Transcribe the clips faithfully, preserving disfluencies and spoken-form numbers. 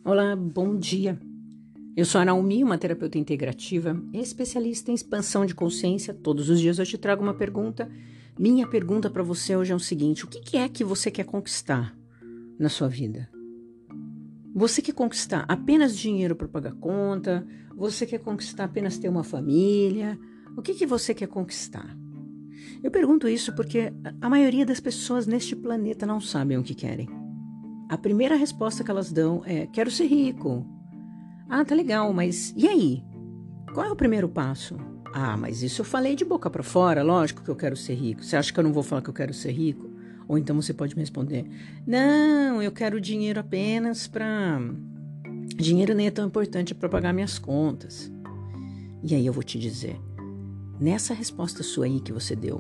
Olá, bom dia. Eu sou a Naomi, uma terapeuta integrativa, especialista em expansão de consciência. Todos os dias eu te trago uma pergunta. Minha pergunta para você hoje é o seguinte: o que é que você quer conquistar na sua vida? Você quer conquistar apenas dinheiro para pagar conta? Você quer conquistar apenas ter uma família? O que que você quer conquistar? Eu pergunto isso porque a maioria das pessoas neste planeta não sabem o que querem. A primeira resposta que elas dão é: quero ser rico. Ah, tá legal, mas e aí? Qual é o primeiro passo? Ah, mas isso eu falei de boca para fora, lógico que eu quero ser rico. Você acha que eu não vou falar que eu quero ser rico? Ou então você pode me responder: não, eu quero dinheiro apenas para... Dinheiro nem é tão importante para pagar minhas contas. E aí eu vou te dizer, nessa resposta sua aí que você deu,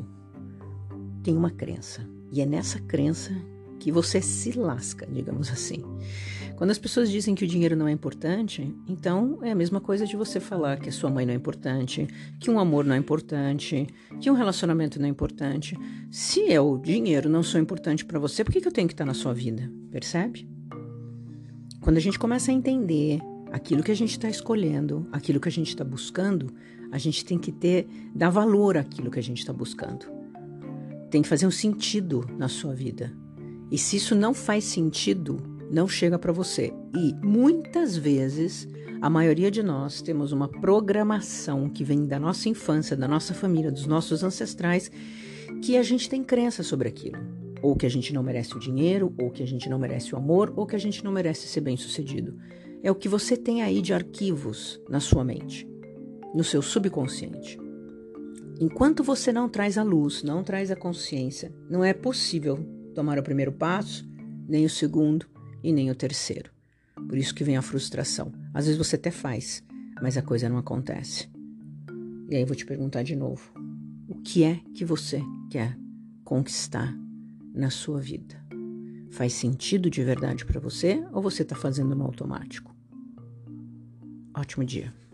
tem uma crença. E é nessa crença que você se lasca, digamos assim. Quando as pessoas dizem que o dinheiro não é importante, então é a mesma coisa de você falar que a sua mãe não é importante, que um amor não é importante, que um relacionamento não é importante. Se é o dinheiro não sou importante para você, por que que eu tenho que estar na sua vida? Percebe? Quando a gente começa a entender aquilo que a gente está escolhendo, aquilo que a gente está buscando, a gente tem que ter, dar valor àquilo que a gente está buscando. Tem que fazer um sentido na sua vida. E se isso não faz sentido, não chega para você. E muitas vezes, a maioria de nós temos uma programação que vem da nossa infância, da nossa família, dos nossos ancestrais, que a gente tem crença sobre aquilo. Ou que a gente não merece o dinheiro, ou que a gente não merece o amor, ou que a gente não merece ser bem-sucedido. É o que você tem aí de arquivos na sua mente, no seu subconsciente. Enquanto você não traz a luz, não traz a consciência, não é possível tomar o primeiro passo, nem o segundo e nem o terceiro. Por isso que vem a frustração. Às vezes você até faz, mas a coisa não acontece. E aí eu vou te perguntar de novo: o que é que você quer conquistar na sua vida? Faz sentido de verdade para você ou você está fazendo no automático? Ótimo dia.